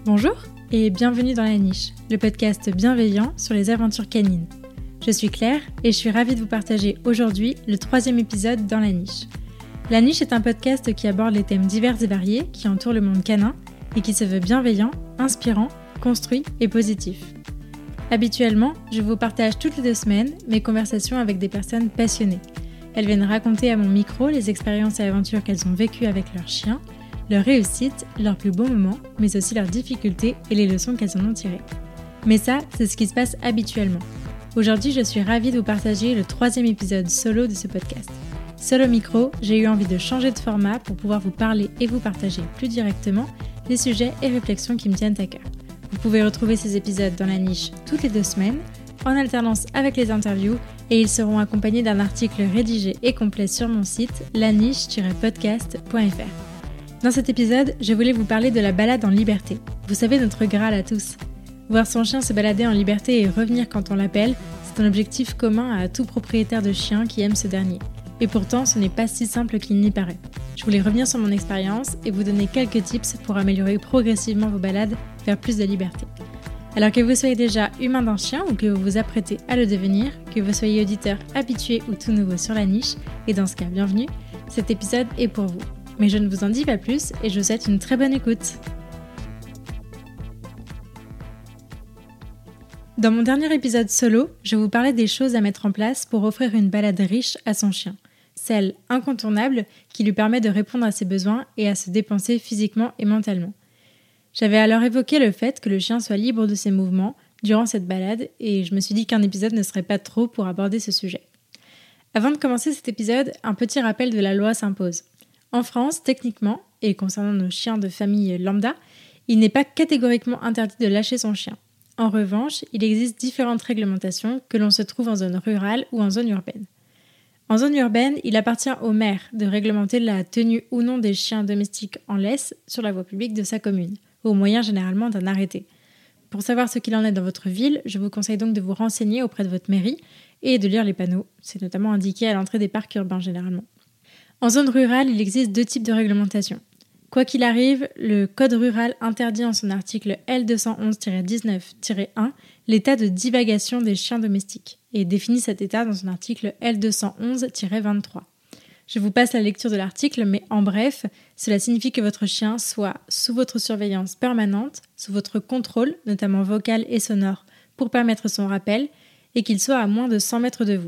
Bonjour et bienvenue dans La Niche, le podcast bienveillant sur les aventures canines. Je suis Claire et je suis ravie de vous partager aujourd'hui le 3e épisode dans La Niche. La Niche est un podcast qui aborde les thèmes divers et variés qui entourent le monde canin et qui se veut bienveillant, inspirant, construit et positif. Habituellement, je vous partage toutes les 2 semaines mes conversations avec des personnes passionnées. Elles viennent raconter à mon micro les expériences et aventures qu'elles ont vécues avec leurs chiens, leurs réussites, leurs plus beaux moments, mais aussi leurs difficultés et les leçons qu'elles en ont tirées. Mais ça, c'est ce qui se passe habituellement. Aujourd'hui, je suis ravie de vous partager le 3e épisode solo de ce podcast. Seul au micro, j'ai eu envie de changer de format pour pouvoir vous parler et vous partager plus directement les sujets et réflexions qui me tiennent à cœur. Vous pouvez retrouver ces épisodes dans La Niche toutes les 2 semaines, en alternance avec les interviews, et ils seront accompagnés d'un article rédigé et complet sur mon site laniche-podcast.fr. Dans cet épisode, je voulais vous parler de la balade en liberté. Vous savez, notre Graal à tous. Voir son chien se balader en liberté et revenir quand on l'appelle, c'est un objectif commun à tout propriétaire de chien qui aime ce dernier. Et pourtant, ce n'est pas si simple qu'il n'y paraît. Je voulais revenir sur mon expérience et vous donner quelques tips pour améliorer progressivement vos balades vers plus de liberté. Alors que vous soyez déjà humain d'un chien ou que vous vous apprêtez à le devenir, que vous soyez auditeur habitué ou tout nouveau sur La Niche, et dans ce cas, bienvenue, cet épisode est pour vous. Mais je ne vous en dis pas plus et je vous souhaite une très bonne écoute. Dans mon dernier épisode solo, je vous parlais des choses à mettre en place pour offrir une balade riche à son chien. Celle incontournable qui lui permet de répondre à ses besoins et à se dépenser physiquement et mentalement. J'avais alors évoqué le fait que le chien soit libre de ses mouvements durant cette balade et je me suis dit qu'un épisode ne serait pas trop pour aborder ce sujet. Avant de commencer cet épisode, un petit rappel de la loi s'impose. En France, techniquement, et concernant nos chiens de famille lambda, il n'est pas catégoriquement interdit de lâcher son chien. En revanche, il existe différentes réglementations que l'on se trouve en zone rurale ou en zone urbaine. En zone urbaine, il appartient au maire de réglementer la tenue ou non des chiens domestiques en laisse sur la voie publique de sa commune, au moyen généralement d'un arrêté. Pour savoir ce qu'il en est dans votre ville, je vous conseille donc de vous renseigner auprès de votre mairie et de lire les panneaux. C'est notamment indiqué à l'entrée des parcs urbains généralement. En zone rurale, il existe 2 types de réglementation. Quoi qu'il arrive, le Code rural interdit en son article L211-19-1 l'état de divagation des chiens domestiques et définit cet état dans son article L211-23. Je vous passe la lecture de l'article, mais en bref, cela signifie que votre chien soit sous votre surveillance permanente, sous votre contrôle, notamment vocal et sonore, pour permettre son rappel, et qu'il soit à moins de 100 mètres de vous.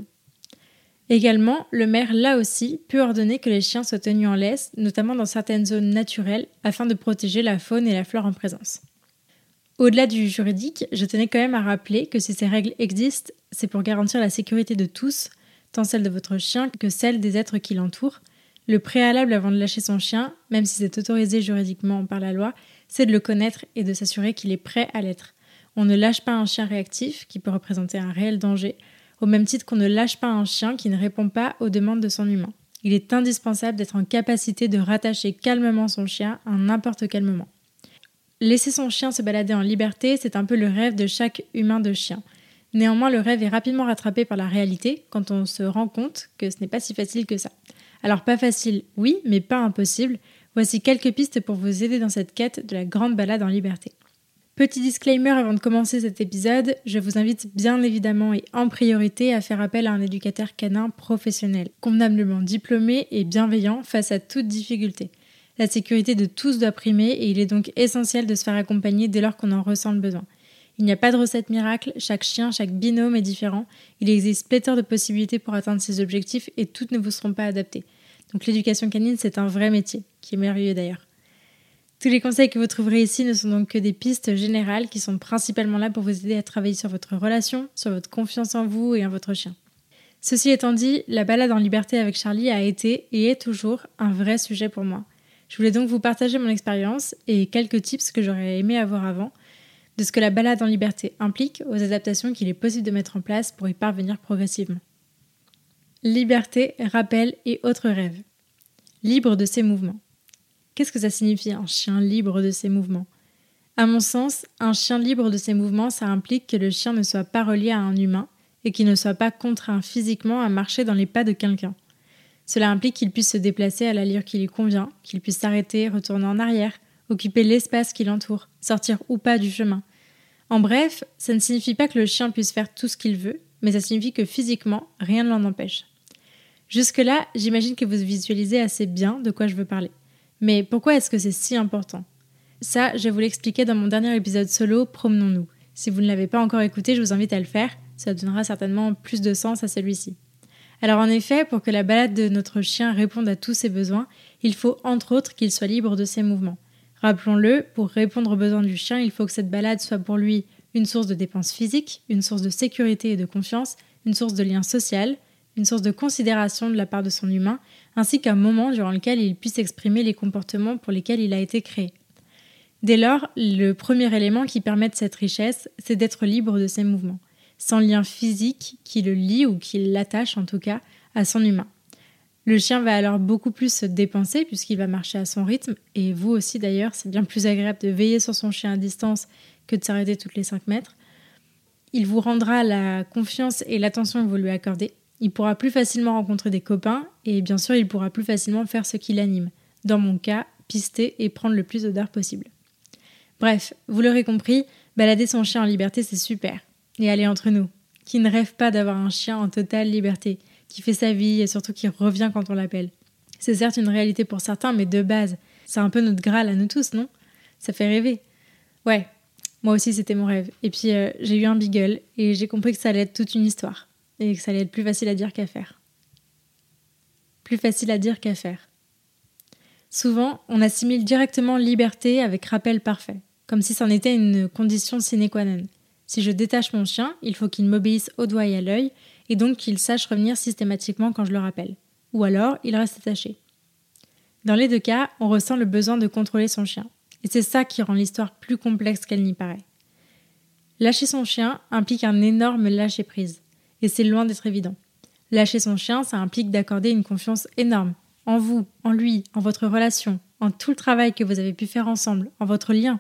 Également, le maire, là aussi, peut ordonner que les chiens soient tenus en laisse, notamment dans certaines zones naturelles, afin de protéger la faune et la flore en présence. Au-delà du juridique, je tenais quand même à rappeler que si ces règles existent, c'est pour garantir la sécurité de tous, tant celle de votre chien que celle des êtres qui l'entourent. Le préalable avant de lâcher son chien, même si c'est autorisé juridiquement par la loi, c'est de le connaître et de s'assurer qu'il est prêt à l'être. On ne lâche pas un chien réactif, qui peut représenter un réel danger, au même titre qu'on ne lâche pas un chien qui ne répond pas aux demandes de son humain. Il est indispensable d'être en capacité de rattacher calmement son chien à n'importe quel moment. Laisser son chien se balader en liberté, c'est un peu le rêve de chaque humain de chien. Néanmoins, le rêve est rapidement rattrapé par la réalité quand on se rend compte que ce n'est pas si facile que ça. Alors pas facile, oui, mais pas impossible. Voici quelques pistes pour vous aider dans cette quête de la grande balade en liberté. Petit disclaimer avant de commencer cet épisode, je vous invite bien évidemment et en priorité à faire appel à un éducateur canin professionnel, convenablement diplômé et bienveillant face à toute difficulté. La sécurité de tous doit primer et il est donc essentiel de se faire accompagner dès lors qu'on en ressent le besoin. Il n'y a pas de recette miracle, chaque chien, chaque binôme est différent, il existe pléthore de possibilités pour atteindre ses objectifs et toutes ne vous seront pas adaptées. Donc l'éducation canine c'est un vrai métier, qui est merveilleux d'ailleurs. Tous les conseils que vous trouverez ici ne sont donc que des pistes générales qui sont principalement là pour vous aider à travailler sur votre relation, sur votre confiance en vous et en votre chien. Ceci étant dit, la balade en liberté avec Charlie a été et est toujours un vrai sujet pour moi. Je voulais donc vous partager mon expérience et quelques tips que j'aurais aimé avoir avant, de ce que la balade en liberté implique aux adaptations qu'il est possible de mettre en place pour y parvenir progressivement. Liberté, rappel et autres rêves. Libre de ses mouvements. Qu'est-ce que ça signifie un chien libre de ses mouvements ? À mon sens, un chien libre de ses mouvements, ça implique que le chien ne soit pas relié à un humain et qu'il ne soit pas contraint physiquement à marcher dans les pas de quelqu'un. Cela implique qu'il puisse se déplacer à l'allure qui lui convient, qu'il puisse s'arrêter, retourner en arrière, occuper l'espace qui l'entoure, sortir ou pas du chemin. En bref, ça ne signifie pas que le chien puisse faire tout ce qu'il veut, mais ça signifie que physiquement, rien ne l'en empêche. Jusque-là, j'imagine que vous visualisez assez bien de quoi je veux parler. Mais pourquoi est-ce que c'est si important ? Ça, je vais vous l'expliquer dans mon dernier épisode solo, Promenons-nous. Si vous ne l'avez pas encore écouté, je vous invite à le faire, ça donnera certainement plus de sens à celui-ci. Alors en effet, pour que la balade de notre chien réponde à tous ses besoins, il faut entre autres qu'il soit libre de ses mouvements. Rappelons-le, pour répondre aux besoins du chien, il faut que cette balade soit pour lui une source de dépense physique, une source de sécurité et de confiance, une source de lien social, une source de considération de la part de son humain, ainsi qu'un moment durant lequel il puisse exprimer les comportements pour lesquels il a été créé. Dès lors, le premier élément qui permet de cette richesse, c'est d'être libre de ses mouvements, sans lien physique qui le lie ou qui l'attache en tout cas à son humain. Le chien va alors beaucoup plus se dépenser puisqu'il va marcher à son rythme, et vous aussi d'ailleurs, c'est bien plus agréable de veiller sur son chien à distance que de s'arrêter toutes les 5 mètres. Il vous rendra la confiance et l'attention que vous lui accordez. Il pourra plus facilement rencontrer des copains et bien sûr il pourra plus facilement faire ce qui l'anime. Dans mon cas, pister et prendre le plus d'odeur possible. Bref, vous l'aurez compris, balader son chien en liberté c'est super. Et allez entre nous, qui ne rêve pas d'avoir un chien en totale liberté, qui fait sa vie et surtout qui revient quand on l'appelle. C'est certes une réalité pour certains, mais de base, c'est un peu notre Graal à nous tous, non ? Ça fait rêver. Ouais, moi aussi c'était mon rêve. Et puis j'ai eu un beagle et j'ai compris que ça allait être toute une histoire. Et que ça allait être plus facile à dire qu'à faire. Plus facile à dire qu'à faire. Souvent, on assimile directement liberté avec rappel parfait, comme si c'en était une condition sine qua non. Si je détache mon chien, il faut qu'il m'obéisse au doigt et à l'œil, et donc qu'il sache revenir systématiquement quand je le rappelle. Ou alors, il reste attaché. Dans les deux cas, on ressent le besoin de contrôler son chien. Et c'est ça qui rend l'histoire plus complexe qu'elle n'y paraît. Lâcher son chien implique un énorme lâcher-prise. Et c'est loin d'être évident. Lâcher son chien, ça implique d'accorder une confiance énorme. En vous, en lui, en votre relation, en tout le travail que vous avez pu faire ensemble, en votre lien.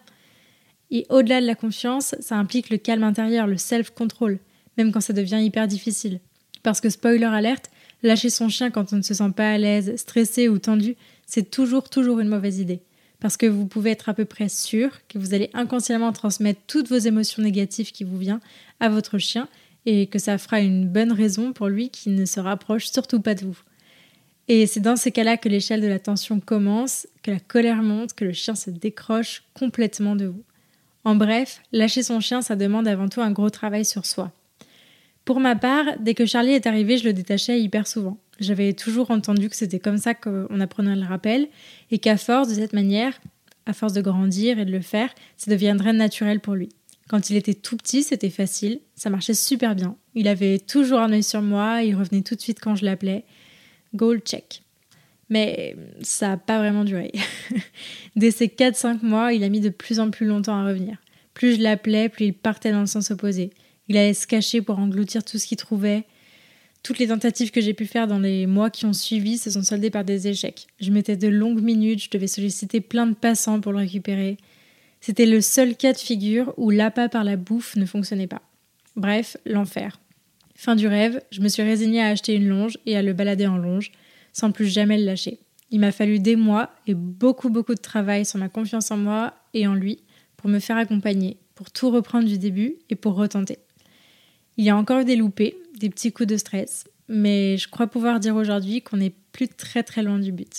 Et au-delà de la confiance, ça implique le calme intérieur, le self-control, même quand ça devient hyper difficile. Parce que, spoiler alerte, lâcher son chien quand on ne se sent pas à l'aise, stressé ou tendu, c'est toujours une mauvaise idée. Parce que vous pouvez être à peu près sûr que vous allez inconsciemment transmettre toutes vos émotions négatives qui vous viennent à votre chien et que ça fera une bonne raison pour lui qui ne se rapproche surtout pas de vous. Et c'est dans ces cas-là que l'échelle de la tension commence, que la colère monte, que le chien se décroche complètement de vous. En bref, lâcher son chien, ça demande avant tout un gros travail sur soi. Pour ma part, dès que Charlie est arrivé, je le détachais hyper souvent. J'avais toujours entendu que c'était comme ça qu'on apprenait le rappel et qu'à force de cette manière, à force de grandir et de le faire, ça deviendrait naturel pour lui. Quand il était tout petit, c'était facile, ça marchait super bien. Il avait toujours un œil sur moi, il revenait tout de suite quand je l'appelais. Goal check. Mais ça n'a pas vraiment duré. Dès ces 4-5 mois, il a mis de plus en plus longtemps à revenir. Plus je l'appelais, plus il partait dans le sens opposé. Il allait se cacher pour engloutir tout ce qu'il trouvait. Toutes les tentatives que j'ai pu faire dans les mois qui ont suivi se sont soldées par des échecs. Je mettais de longues minutes, je devais solliciter plein de passants pour le récupérer. C'était le seul cas de figure où l'appât par la bouffe ne fonctionnait pas. Bref, l'enfer. Fin du rêve, je me suis résignée à acheter une longe et à le balader en longe, sans plus jamais le lâcher. Il m'a fallu des mois et beaucoup de travail sur ma confiance en moi et en lui pour me faire accompagner, pour tout reprendre du début et pour retenter. Il y a encore eu des loupés, des petits coups de stress, mais je crois pouvoir dire aujourd'hui qu'on n'est plus très loin du but.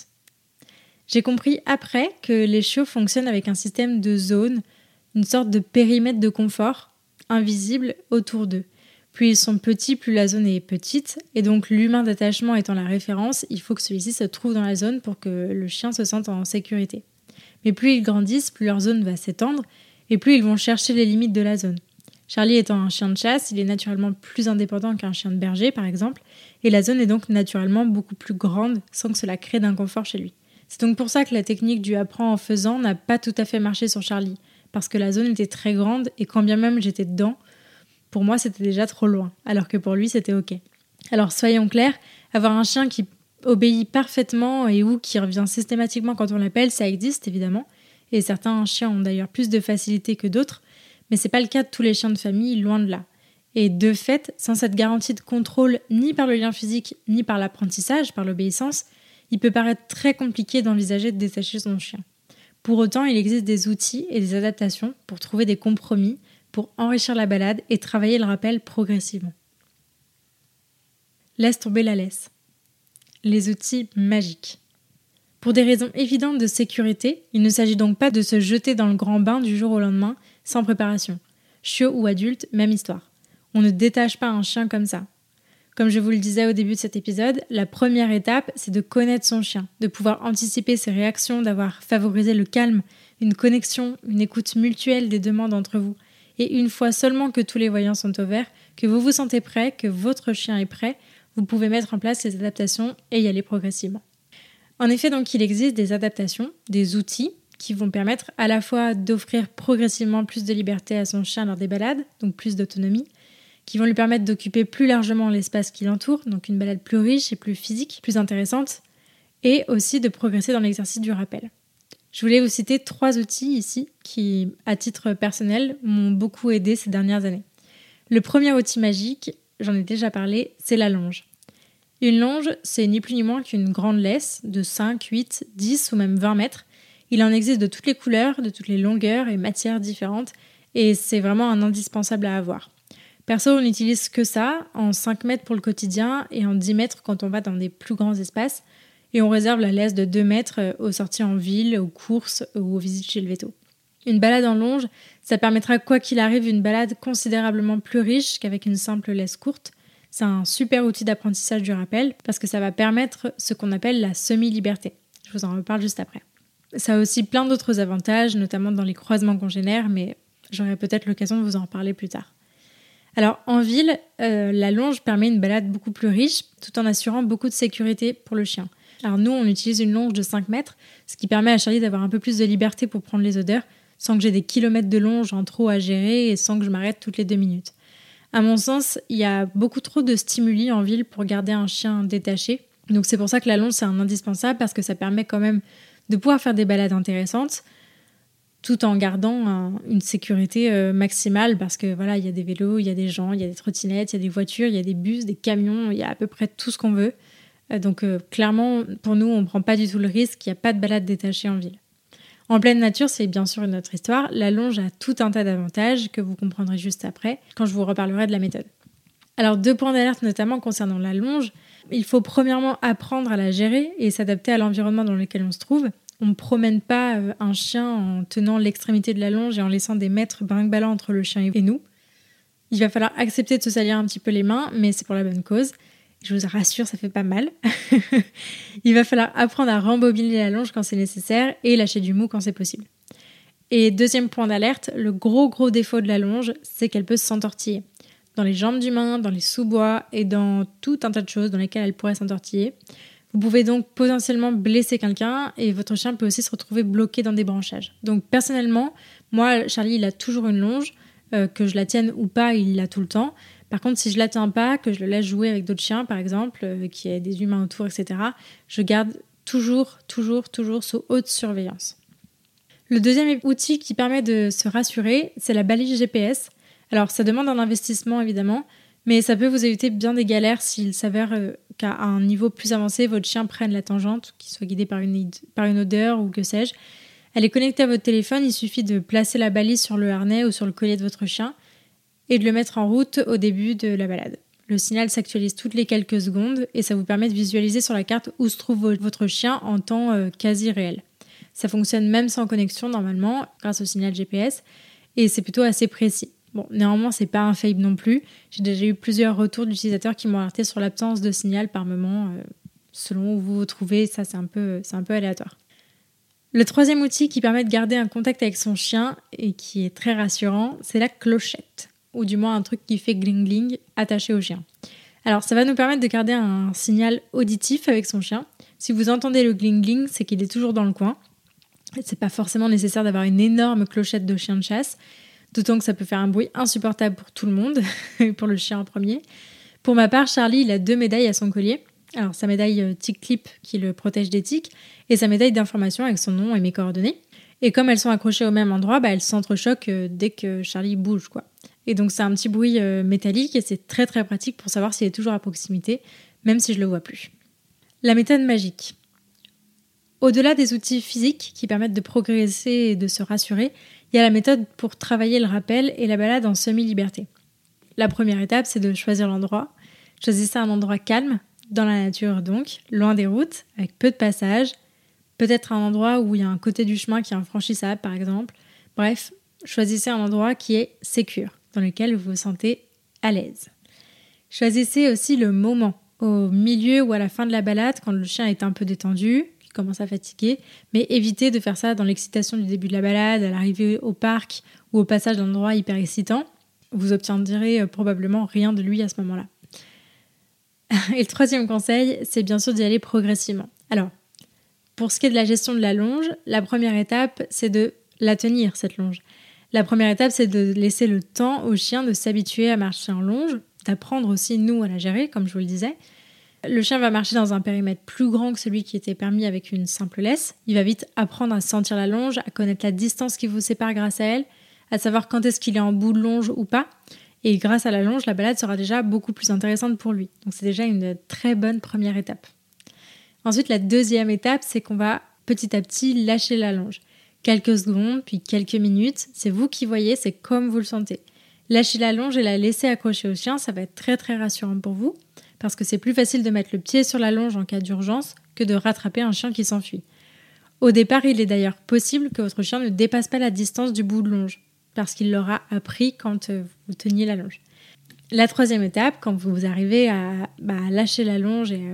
J'ai compris après que les chiots fonctionnent avec un système de zones, une sorte de périmètre de confort invisible autour d'eux. Plus ils sont petits, plus la zone est petite, et donc l'humain d'attachement étant la référence, il faut que celui-ci se trouve dans la zone pour que le chien se sente en sécurité. Mais plus ils grandissent, plus leur zone va s'étendre, et plus ils vont chercher les limites de la zone. Charlie étant un chien de chasse, il est naturellement plus indépendant qu'un chien de berger par exemple, et la zone est donc naturellement beaucoup plus grande sans que cela crée d'inconfort chez lui. C'est donc pour ça que la technique du apprends en faisant n'a pas tout à fait marché sur Charlie, parce que la zone était très grande et quand bien même j'étais dedans, pour moi c'était déjà trop loin, alors que pour lui c'était ok. Alors soyons clairs, avoir un chien qui obéit parfaitement et ou qui revient systématiquement quand on l'appelle, ça existe évidemment, et certains chiens ont d'ailleurs plus de facilité que d'autres, mais c'est pas le cas de tous les chiens de famille, loin de là. Et de fait, sans cette garantie de contrôle ni par le lien physique, ni par l'apprentissage, par l'obéissance, il peut paraître très compliqué d'envisager de détacher son chien. Pour autant, il existe des outils et des adaptations pour trouver des compromis, pour enrichir la balade et travailler le rappel progressivement. Laisse tomber la laisse. Les outils magiques. Pour des raisons évidentes de sécurité, il ne s'agit donc pas de se jeter dans le grand bain du jour au lendemain sans préparation. Chiot ou adulte, même histoire. On ne détache pas un chien comme ça. Comme je vous le disais au début de cet épisode, la première étape, c'est de connaître son chien, de pouvoir anticiper ses réactions, d'avoir favorisé le calme, une connexion, une écoute mutuelle des demandes entre vous. Et une fois seulement que tous les voyants sont au vert, que vous vous sentez prêt, que votre chien est prêt, vous pouvez mettre en place ces adaptations et y aller progressivement. En effet, donc, il existe des adaptations, des outils qui vont permettre à la fois d'offrir progressivement plus de liberté à son chien lors des balades, donc plus d'autonomie, qui vont lui permettre d'occuper plus largement l'espace qui l'entoure, donc une balade plus riche et plus physique, plus intéressante, et aussi de progresser dans l'exercice du rappel. Je voulais vous citer 3 outils ici qui, à titre personnel, m'ont beaucoup aidé ces dernières années. Le premier outil magique, j'en ai déjà parlé, c'est la longe. Une longe, c'est ni plus ni moins qu'une grande laisse de 5, 8, 10 ou même 20 mètres. Il en existe de toutes les couleurs, de toutes les longueurs et matières différentes, et c'est vraiment un indispensable à avoir. Perso, on n'utilise que ça, en 5 mètres pour le quotidien et en 10 mètres quand on va dans des plus grands espaces, et on réserve la laisse de 2 mètres aux sorties en ville, aux courses ou aux visites chez le véto. Une balade en longe, ça permettra quoi qu'il arrive une balade considérablement plus riche qu'avec une simple laisse courte. C'est un super outil d'apprentissage du rappel parce que ça va permettre ce qu'on appelle la semi-liberté. Je vous en reparle juste après. Ça a aussi plein d'autres avantages, notamment dans les croisements congénères, mais j'aurai peut-être l'occasion de vous en reparler plus tard. Alors en ville, la longe permet une balade beaucoup plus riche tout en assurant beaucoup de sécurité pour le chien. Alors nous, on utilise une longe de 5 mètres, ce qui permet à Charlie d'avoir un peu plus de liberté pour prendre les odeurs sans que j'ai des kilomètres de longe en trop à gérer et sans que je m'arrête toutes les 2 minutes. À mon sens, il y a beaucoup trop de stimuli en ville pour garder un chien détaché. Donc c'est pour ça que la longe, c'est un indispensable parce que ça permet quand même de pouvoir faire des balades intéressantes tout en gardant une sécurité maximale parce que voilà, il y a des vélos, il y a des gens, il y a des trottinettes, il y a des voitures, il y a des bus, des camions, il y a à peu près tout ce qu'on veut. Donc clairement, pour nous, on ne prend pas du tout le risque, il n'y a pas de balade détachée en ville. En pleine nature, c'est bien sûr une autre histoire. La longe a tout un tas d'avantages que vous comprendrez juste après, quand je vous reparlerai de la méthode. Alors 2 points d'alerte notamment concernant la longe. Il faut premièrement apprendre à la gérer et s'adapter à l'environnement dans lequel on se trouve. On ne promène pas un chien en tenant l'extrémité de la longe et en laissant des mètres brinque-ballant entre le chien et nous. Il va falloir accepter de se salir un petit peu les mains, mais c'est pour la bonne cause. Je vous rassure, ça fait pas mal. Il va falloir apprendre à rembobiner la longe quand c'est nécessaire et lâcher du mou quand c'est possible. Et deuxième point d'alerte, le gros défaut de la longe, c'est qu'elle peut s'entortiller. Dans les jambes d'humain, dans les sous-bois et dans tout un tas de choses dans lesquelles elle pourrait s'entortiller. Vous pouvez donc potentiellement blesser quelqu'un et votre chien peut aussi se retrouver bloqué dans des branchages. Donc personnellement, moi, Charlie, il a toujours une longe, que je la tienne ou pas, il l'a tout le temps. Par contre, si je la tiens pas, que je le laisse jouer avec d'autres chiens, par exemple, qu'il y ait des humains autour, etc., je garde toujours sous haute surveillance. Le deuxième outil qui permet de se rassurer, c'est la balise GPS. Alors, ça demande un investissement, évidemment, mais ça peut vous éviter bien des galères s'il s'avère qu'à un niveau plus avancé, votre chien prenne la tangente, qu'il soit guidé par une odeur ou que sais-je. Elle est connectée à votre téléphone, il suffit de placer la balise sur le harnais ou sur le collier de votre chien et de le mettre en route au début de la balade. Le signal s'actualise toutes les quelques secondes et ça vous permet de visualiser sur la carte où se trouve votre chien en temps quasi réel. Ça fonctionne même sans connexion normalement, grâce au signal GPS, et c'est plutôt assez précis. Bon, néanmoins, c'est pas infaillible non plus. J'ai déjà eu plusieurs retours d'utilisateurs qui m'ont alerté sur l'absence de signal par moment, selon où vous vous trouvez. Ça, c'est un peu aléatoire. Le troisième outil qui permet de garder un contact avec son chien et qui est très rassurant, c'est la clochette, ou du moins un truc qui fait gling-gling attaché au chien. Alors, ça va nous permettre de garder un signal auditif avec son chien. Si vous entendez le gling-gling, c'est qu'il est toujours dans le coin. C'est pas forcément nécessaire d'avoir une énorme clochette de chien de chasse, d'autant que ça peut faire un bruit insupportable pour tout le monde, pour le chien en premier. Pour ma part, Charlie, il a 2 médailles à son collier. Alors, sa médaille tic-clip qui le protège des tiques et sa médaille d'information avec son nom et mes coordonnées. Et comme elles sont accrochées au même endroit, elles s'entrechoquent dès que Charlie bouge, quoi. Et donc, c'est un petit bruit métallique et c'est très très pratique pour savoir s'il est toujours à proximité, même si je le vois plus. La méthode magique. Au-delà des outils physiques qui permettent de progresser et de se rassurer, il y a la méthode pour travailler le rappel et la balade en semi-liberté. La première étape, c'est de choisir l'endroit. Choisissez un endroit calme, dans la nature donc, loin des routes, avec peu de passages. Peut-être un endroit où il y a un côté du chemin qui est infranchissable, par exemple. Bref, choisissez un endroit qui est sécure, dans lequel vous vous sentez à l'aise. Choisissez aussi le moment, au milieu ou à la fin de la balade, quand le chien est un peu détendu, qu'il commence à fatiguer, mais évitez de faire ça dans l'excitation du début de la balade, à l'arrivée au parc ou au passage d'un endroit hyper excitant. Vous obtiendrez probablement rien de lui à ce moment-là. Et le troisième conseil, c'est bien sûr d'y aller progressivement. Alors, pour ce qui est de la gestion de la longe, la première étape, c'est de la tenir, cette longe. La première étape, c'est de laisser le temps au chien de s'habituer à marcher en longe, d'apprendre aussi, nous, à la gérer, comme je vous le disais. Le chien va marcher dans un périmètre plus grand que celui qui était permis avec une simple laisse. Il va vite apprendre à sentir la longe, à connaître la distance qui vous sépare grâce à elle, à savoir quand est-ce qu'il est en bout de longe ou pas. Et grâce à la longe, la balade sera déjà beaucoup plus intéressante pour lui. Donc c'est déjà une très bonne première étape. Ensuite, la deuxième étape, c'est qu'on va petit à petit lâcher la longe. Quelques secondes, puis quelques minutes, c'est vous qui voyez, c'est comme vous le sentez. Lâcher la longe et la laisser accrocher au chien, ça va être très très rassurant pour vous, parce que c'est plus facile de mettre le pied sur la longe en cas d'urgence que de rattraper un chien qui s'enfuit. Au départ, il est d'ailleurs possible que votre chien ne dépasse pas la distance du bout de longe, parce qu'il l'aura appris quand vous teniez la longe. La troisième étape, quand vous arrivez à lâcher la longe et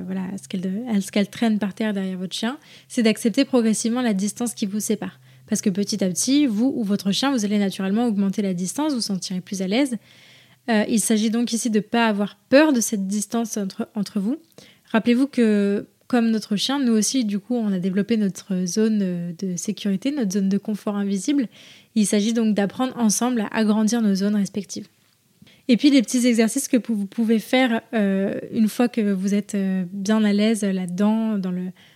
à ce qu'elle traîne par terre derrière votre chien, c'est d'accepter progressivement la distance qui vous sépare. Parce que petit à petit, vous ou votre chien, vous allez naturellement augmenter la distance, vous sentirez plus à l'aise. Il s'agit donc ici de ne pas avoir peur de cette distance entre vous. Rappelez-vous que, comme notre chien, nous aussi, du coup, on a développé notre zone de sécurité, notre zone de confort invisible. Il s'agit donc d'apprendre ensemble à agrandir nos zones respectives. Et puis, les petits exercices que vous pouvez faire une fois que vous êtes bien à l'aise là-dedans, dans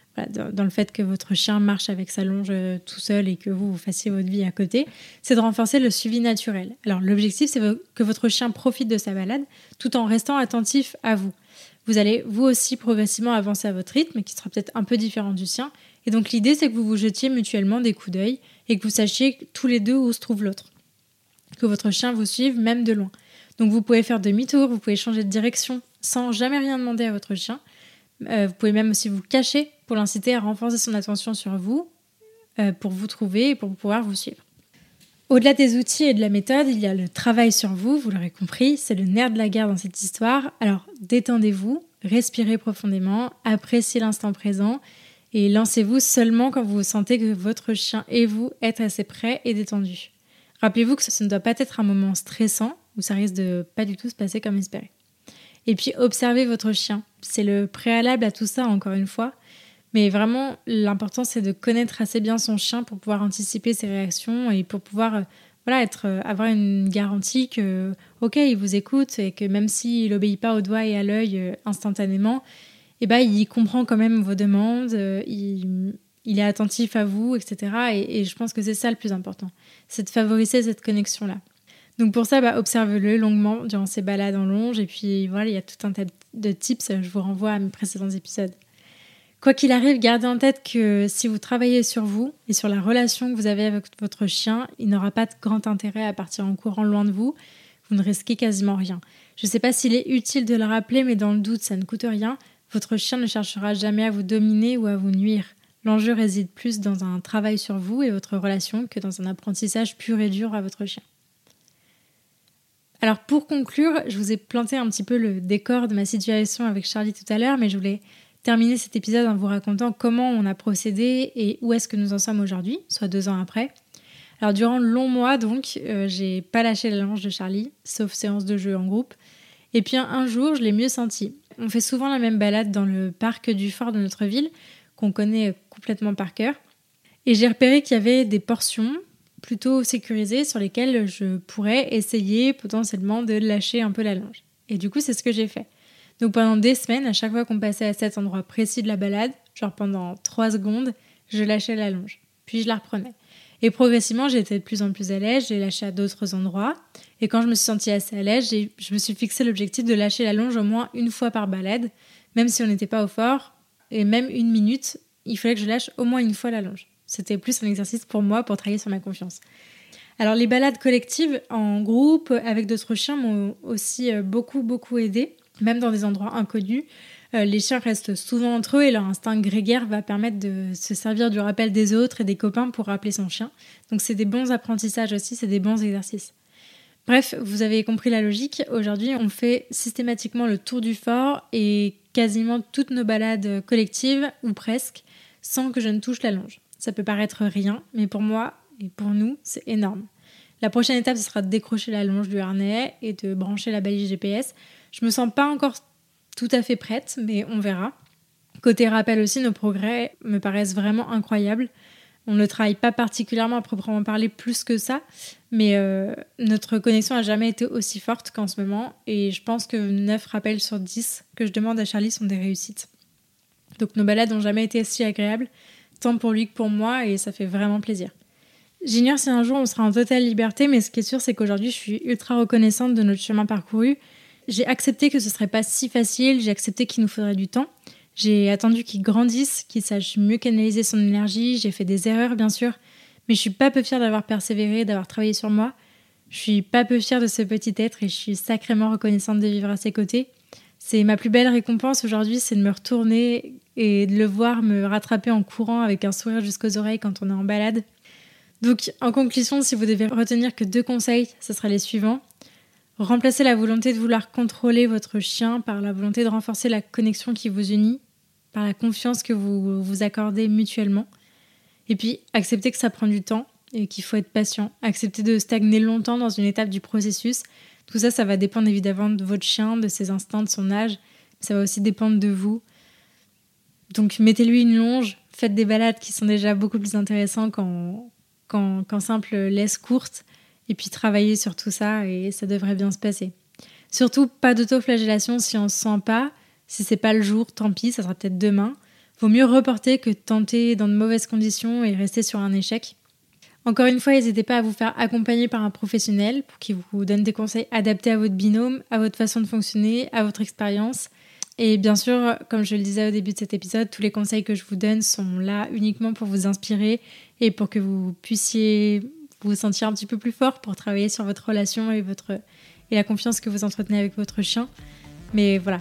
le fait que votre chien marche avec sa longe tout seul et que vous fassiez votre vie à côté, c'est de renforcer le suivi naturel. Alors, l'objectif, c'est que votre chien profite de sa balade tout en restant attentif à vous. Vous allez, vous aussi, progressivement avancer à votre rythme, qui sera peut-être un peu différent du sien. Et donc, l'idée, c'est que vous vous jetiez mutuellement des coups d'œil et que vous sachiez tous les deux où se trouve l'autre. Que votre chien vous suive, même de loin. Donc, vous pouvez faire demi-tour, vous pouvez changer de direction sans jamais rien demander à votre chien. Vous pouvez même aussi vous cacher pour l'inciter à renforcer son attention sur vous, pour vous trouver et pour pouvoir vous suivre. Au-delà des outils et de la méthode, il y a le travail sur vous, vous l'aurez compris, c'est le nerf de la guerre dans cette histoire. Alors détendez-vous, respirez profondément, appréciez l'instant présent et lancez-vous seulement quand vous sentez que votre chien et vous êtes assez prêts et détendus. Rappelez-vous que ce ne doit pas être un moment stressant où ça risque de pas du tout se passer comme espéré. Et puis observez votre chien, c'est le préalable à tout ça encore une fois. Mais vraiment, l'important, c'est de connaître assez bien son chien pour pouvoir anticiper ses réactions et pour pouvoir avoir une garantie que, ok, il vous écoute et que même s'il n'obéit pas au doigt et à l'œil instantanément, il comprend quand même vos demandes, il est attentif à vous, etc. Et je pense que c'est ça le plus important, c'est de favoriser cette connexion-là. Donc pour ça, observez-le longuement durant ces balades en longe. Et puis voilà, il y a tout un tas de tips, je vous renvoie à mes précédents épisodes. Quoi qu'il arrive, gardez en tête que si vous travaillez sur vous et sur la relation que vous avez avec votre chien, il n'aura pas de grand intérêt à partir en courant loin de vous. Vous ne risquez quasiment rien. Je ne sais pas s'il est utile de le rappeler, mais dans le doute, ça ne coûte rien. Votre chien ne cherchera jamais à vous dominer ou à vous nuire. L'enjeu réside plus dans un travail sur vous et votre relation que dans un apprentissage pur et dur à votre chien. Alors pour conclure, je vous ai planté un petit peu le décor de ma situation avec Charlie tout à l'heure, mais je voulais terminer cet épisode en vous racontant comment on a procédé et où est-ce que nous en sommes aujourd'hui, soit 2 ans après. Alors durant le long mois, donc, j'ai pas lâché la longe de Charlie, sauf séance de jeu en groupe. Et puis un jour, je l'ai mieux senti. On fait souvent la même balade dans le parc du fort de notre ville, qu'on connaît complètement par cœur. Et j'ai repéré qu'il y avait des portions plutôt sécurisées sur lesquelles je pourrais essayer potentiellement de lâcher un peu la longe. Et du coup, c'est ce que j'ai fait. Donc pendant des semaines, à chaque fois qu'on passait à cet endroit précis de la balade, genre pendant 3 secondes, je lâchais la longe. Puis je la reprenais. Et progressivement, j'étais de plus en plus à l'aise, j'ai lâché à d'autres endroits. Et quand je me suis sentie assez à l'aise, je me suis fixé l'objectif de lâcher la longe au moins une fois par balade, même si on n'était pas au fort, et même 1 minute, il fallait que je lâche au moins une fois la longe. C'était plus un exercice pour moi, pour travailler sur ma confiance. Alors les balades collectives en groupe avec d'autres chiens m'ont aussi beaucoup aidée, même dans des endroits inconnus. Les chiens restent souvent entre eux et leur instinct grégaire va permettre de se servir du rappel des autres et des copains pour rappeler son chien. Donc c'est des bons apprentissages aussi, c'est des bons exercices. Bref, vous avez compris la logique. Aujourd'hui, on fait systématiquement le tour du fort et quasiment toutes nos balades collectives, ou presque, sans que je ne touche la longe. Ça peut paraître rien, mais pour moi et pour nous, c'est énorme. La prochaine étape, ce sera de décrocher la longe du harnais et de brancher la balise GPS. Je me sens pas encore tout à fait prête, mais on verra. Côté rappel aussi, nos progrès me paraissent vraiment incroyables. On ne travaille pas particulièrement à proprement parler plus que ça, mais notre connexion n'a jamais été aussi forte qu'en ce moment, et je pense que 9 rappels sur 10 que je demande à Charlie sont des réussites. Donc nos balades n'ont jamais été si agréables, tant pour lui que pour moi, et ça fait vraiment plaisir. J'ignore si un jour on sera en totale liberté, mais ce qui est sûr, c'est qu'aujourd'hui, je suis ultra reconnaissante de notre chemin parcouru. J'ai accepté que ce serait pas si facile, j'ai accepté qu'il nous faudrait du temps. J'ai attendu qu'il grandisse, qu'il sache mieux canaliser son énergie. J'ai fait des erreurs, bien sûr, mais je suis pas peu fière d'avoir persévéré, d'avoir travaillé sur moi. Je suis pas peu fière de ce petit être et je suis sacrément reconnaissante de vivre à ses côtés. C'est ma plus belle récompense aujourd'hui, c'est de me retourner et de le voir me rattraper en courant avec un sourire jusqu'aux oreilles quand on est en balade. Donc, en conclusion, si vous devez retenir que 2 conseils, ce seraient les suivants. Remplacez la volonté de vouloir contrôler votre chien par la volonté de renforcer la connexion qui vous unit, par la confiance que vous vous accordez mutuellement. Et puis, acceptez que ça prend du temps et qu'il faut être patient. Acceptez de stagner longtemps dans une étape du processus. Tout ça, ça va dépendre évidemment de votre chien, de ses instincts, de son âge. Ça va aussi dépendre de vous. Donc, mettez-lui une longe. Faites des balades qui sont déjà beaucoup plus intéressantes qu'en simple laisse courte. Et puis, travaillez sur tout ça et ça devrait bien se passer. Surtout, pas d'autoflagellation si on ne se sent pas. Si c'est pas le jour, tant pis, ça sera peut-être demain. Vaut mieux reporter que tenter dans de mauvaises conditions et rester sur un échec. Encore une fois, n'hésitez pas à vous faire accompagner par un professionnel pour qu'il vous donne des conseils adaptés à votre binôme, à votre façon de fonctionner, à votre expérience. Et bien sûr, comme je le disais au début de cet épisode, tous les conseils que je vous donne sont là uniquement pour vous inspirer et pour que vous puissiez vous sentir un petit peu plus fort pour travailler sur votre relation et la confiance que vous entretenez avec votre chien. Mais voilà.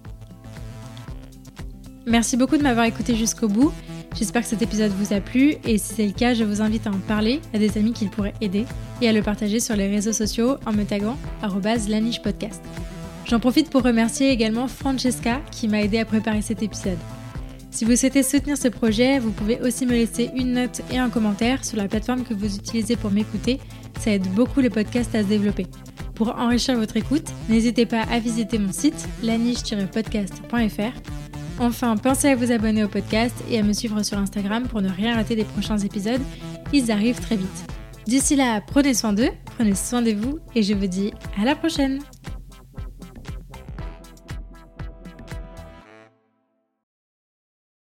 Merci beaucoup de m'avoir écouté jusqu'au bout. J'espère que cet épisode vous a plu et si c'est le cas, je vous invite à en parler à des amis qui le pourraient aider et à le partager sur les réseaux sociaux en me taguant @lanichepodcast. J'en profite pour remercier également Francesca qui m'a aidé à préparer cet épisode. Si vous souhaitez soutenir ce projet, vous pouvez aussi me laisser une note et un commentaire sur la plateforme que vous utilisez pour m'écouter. Ça aide beaucoup le podcast à se développer. Pour enrichir votre écoute, n'hésitez pas à visiter mon site laniche-podcast.fr. Enfin, pensez à vous abonner au podcast et à me suivre sur Instagram pour ne rien rater des prochains épisodes. Ils arrivent très vite. D'ici là, prenez soin d'eux, prenez soin de vous et je vous dis à la prochaine!